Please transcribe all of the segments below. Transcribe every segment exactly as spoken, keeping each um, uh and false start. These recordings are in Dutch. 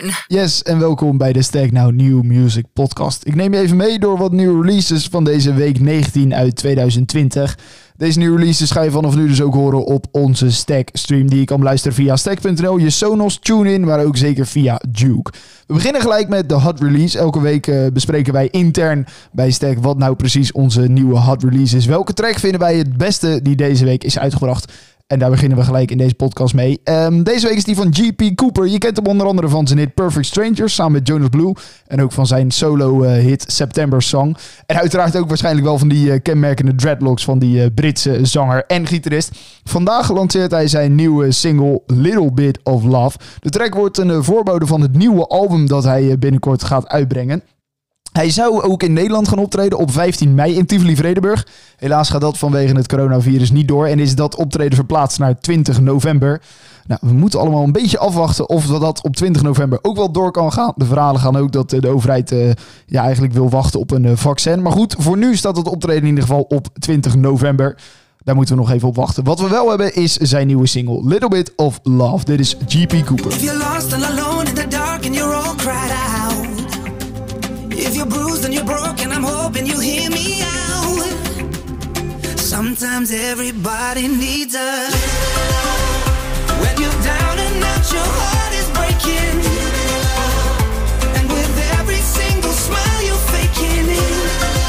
Yes, en welkom bij de Stack Now New Music Podcast. Ik neem je even mee door wat nieuwe releases van deze week negentien uit tweeduizend twintig. Deze nieuwe releases ga je vanaf nu dus ook horen op onze Stack stream die je kan luisteren via stack punt n l, je Sonos, TuneIn, maar ook zeker via Juke. We beginnen gelijk met de hot release. Elke week uh, bespreken wij intern bij Stack wat nou precies onze nieuwe hot release is. Welke track vinden wij het beste die deze week is uitgebracht? En daar beginnen we gelijk in deze podcast mee. Um, deze week is die van G P Cooper. Je kent hem onder andere van zijn hit Perfect Strangers samen met Jonas Blue. En ook van zijn solo uh, hit September Song. En uiteraard ook waarschijnlijk wel van die uh, kenmerkende dreadlocks van die uh, Britse zanger en gitarist. Vandaag lanceert hij zijn nieuwe single Little Bit of Love. De track wordt een uh, voorbode van het nieuwe album dat hij uh, binnenkort gaat uitbrengen. Hij zou ook in Nederland gaan optreden op vijftien mei in Tivoli-Vredenburg. Helaas gaat dat vanwege het coronavirus niet door en is dat optreden verplaatst naar twintig november. Nou, we moeten allemaal een beetje afwachten of dat op twintig november ook wel door kan gaan. De verhalen gaan ook dat de overheid uh, ja, eigenlijk wil wachten op een uh, vaccin. Maar goed, voor nu staat het optreden in ieder geval op twintig november. Daar moeten we nog even op wachten. Wat we wel hebben is zijn nieuwe single Little Bit of Love. Dit is G P Cooper. If you're lost and alone in the dark and you're all cried out. If you're bruised and you're broken, I'm hoping you hear me out. Sometimes everybody needs us. When you're down and out, your heart is breaking. And with every single smile you're faking it.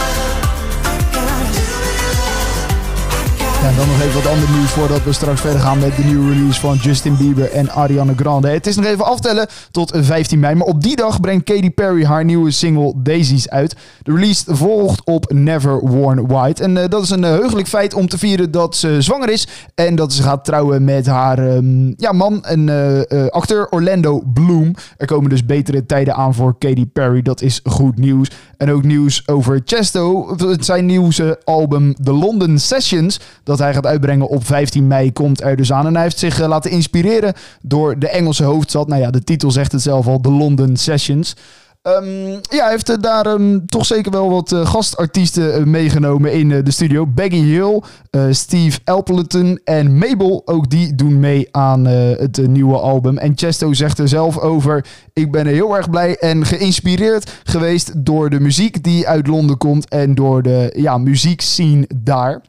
Ja, en dan nog even wat ander nieuws voordat we straks verder gaan met de nieuwe release van Justin Bieber en Ariana Grande. Het is nog even aftellen tot vijftien mei, maar op die dag brengt Katy Perry haar nieuwe single Daisies uit. De release volgt op Never Worn White. En uh, dat is een uh, heugelijk feit om te vieren dat ze zwanger is en dat ze gaat trouwen met haar um, ja, man en uh, uh, acteur Orlando Bloom. Er komen dus betere tijden aan voor Katy Perry, dat is goed nieuws. En ook nieuws over Chesto, zijn nieuwste album The London Sessions, dat hij gaat uitbrengen op vijftien mei, komt er dus aan. En hij heeft zich uh, laten inspireren door de Engelse hoofdstad. Nou ja, de titel zegt het zelf al, The London Sessions. Um, ja, hij heeft uh, daar um, toch zeker wel wat uh, gastartiesten uh, meegenomen in uh, de studio. Becky Hill, uh, Steve Appleton en Mabel, ook die doen mee aan uh, het uh, nieuwe album. En Chesto zegt er zelf over: ik ben er heel erg blij en geïnspireerd geweest door de muziek die uit Londen komt en door de ja, muziekscene daar.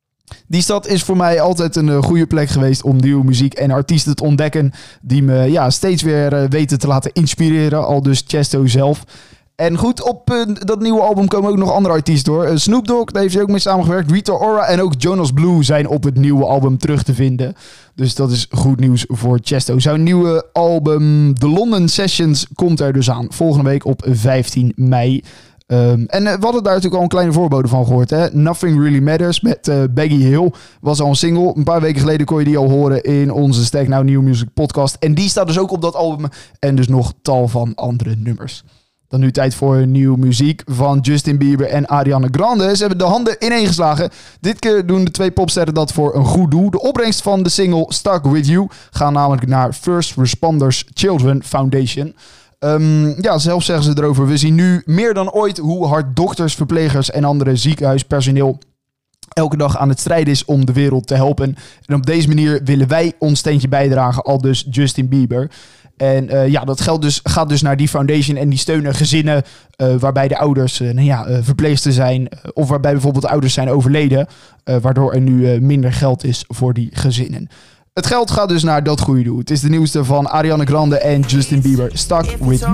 Die stad is voor mij altijd een uh, goede plek geweest om nieuwe muziek en artiesten te ontdekken die me ja, steeds weer uh, weten te laten inspireren, al dus Chesto zelf. En goed, op uh, dat nieuwe album komen ook nog andere artiesten door. Uh, Snoop Dogg, daar heeft hij ook mee samengewerkt. Rita Ora en ook Jonas Blue zijn op het nieuwe album terug te vinden. Dus dat is goed nieuws voor Chesto. Zijn nieuwe album The London Sessions komt er dus aan. Volgende week op vijftien mei. Um, en uh, we hadden daar natuurlijk al een kleine voorbode van gehoord. Hè? Nothing Really Matters met uh, Becky Hill was al een single. Een paar weken geleden kon je die al horen in onze Stack Now New Music podcast. En die staat dus ook op dat album. En dus nog tal van andere nummers. Dan nu tijd voor nieuwe muziek van Justin Bieber en Ariana Grande. Ze hebben de handen ineengeslagen. Dit keer doen de twee popsterren dat voor een goed doel. De opbrengst van de single Stuck With You gaat namelijk naar First Responders Children Foundation. Um, ja, zelf zeggen ze erover: we zien nu meer dan ooit hoe hard dokters, verplegers en andere ziekenhuispersoneel elke dag aan het strijden is om de wereld te helpen. En op deze manier willen wij ons steentje bijdragen, al dus Justin Bieber. En uh, ja, dat geld dus, gaat dus naar die foundation en die steunen gezinnen uh, waarbij de ouders uh, nou ja, uh, verpleegster zijn. Uh, of waarbij bijvoorbeeld de ouders zijn overleden, uh, waardoor er nu uh, minder geld is voor die gezinnen. Het geld gaat dus naar dat goede doel. Het is de nieuwste van Ariana Grande en Justin Bieber, Stuck With You.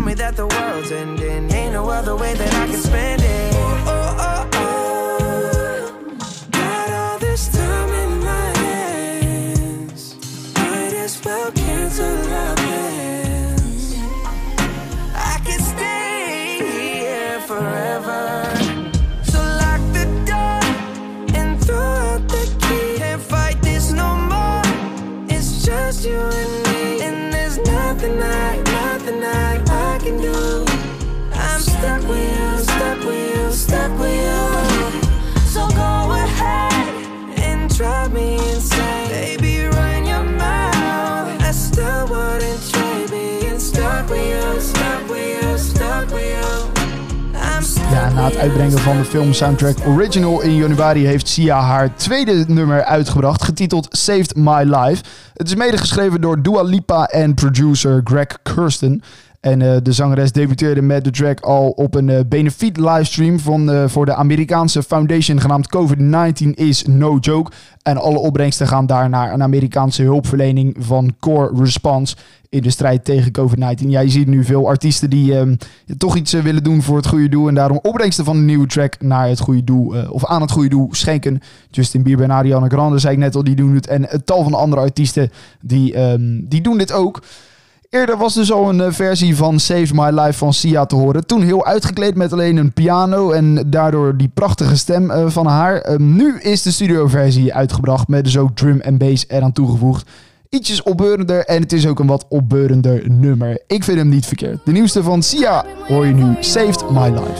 You and me, and there's nothing I, nothing I, I can do. I'm stuck with you, stuck with you, stuck with you. So go ahead and drive me insane. Baby, run your mouth. I still wouldn't trade me. And stuck with you, stuck with you, stuck with you. Ja, na het uitbrengen van de film Soundtrack Original in januari heeft Sia haar tweede nummer uitgebracht, getiteld Saved My Life. Het is medegeschreven door Dua Lipa en producer Greg Kurstin. En uh, de zangeres debuteerde met de track al op een uh, benefiet livestream van, uh, voor de Amerikaanse foundation genaamd covid negentien is no joke. En alle opbrengsten gaan daar naar een Amerikaanse hulpverlening van Core Response in de strijd tegen covid negentien. Ja, je ziet nu veel artiesten die um, toch iets uh, willen doen voor het goede doel en daarom opbrengsten van een nieuwe track naar het goede doel uh, of aan het goede doel schenken. Justin Bieber en Ariana Grande, zei ik net al, die doen het. En een tal van andere artiesten die, um, die doen dit ook. Eerder was dus al een uh, versie van Save My Life van Sia te horen. Toen heel uitgekleed met alleen een piano en daardoor die prachtige stem uh, van haar. Uh, nu is de studioversie uitgebracht met dus ook drum en bass eraan toegevoegd. Ietsjes opbeurender en het is ook een wat opbeurender nummer. Ik vind hem niet verkeerd. De nieuwste van Sia hoor je nu, Saved My Life.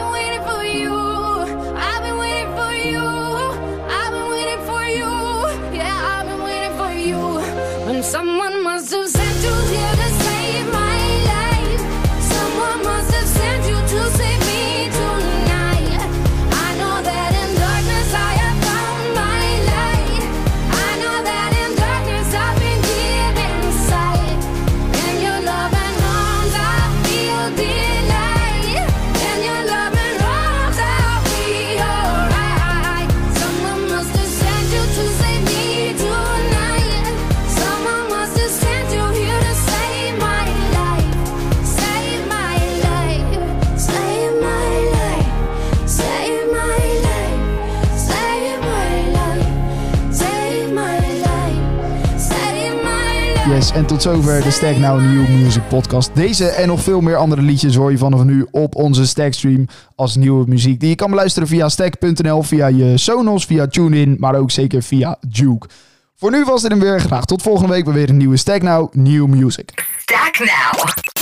Yes, en tot zover de Stack Now New Music podcast. Deze en nog veel meer andere liedjes hoor je vanaf nu op onze Stackstream als nieuwe muziek. Die je kan beluisteren via stack punt n l, via je Sonos, via TuneIn, maar ook zeker via Juke. Voor nu was dit hem weer. Graag tot volgende week weer een nieuwe Stack Now New Music. Stack Now.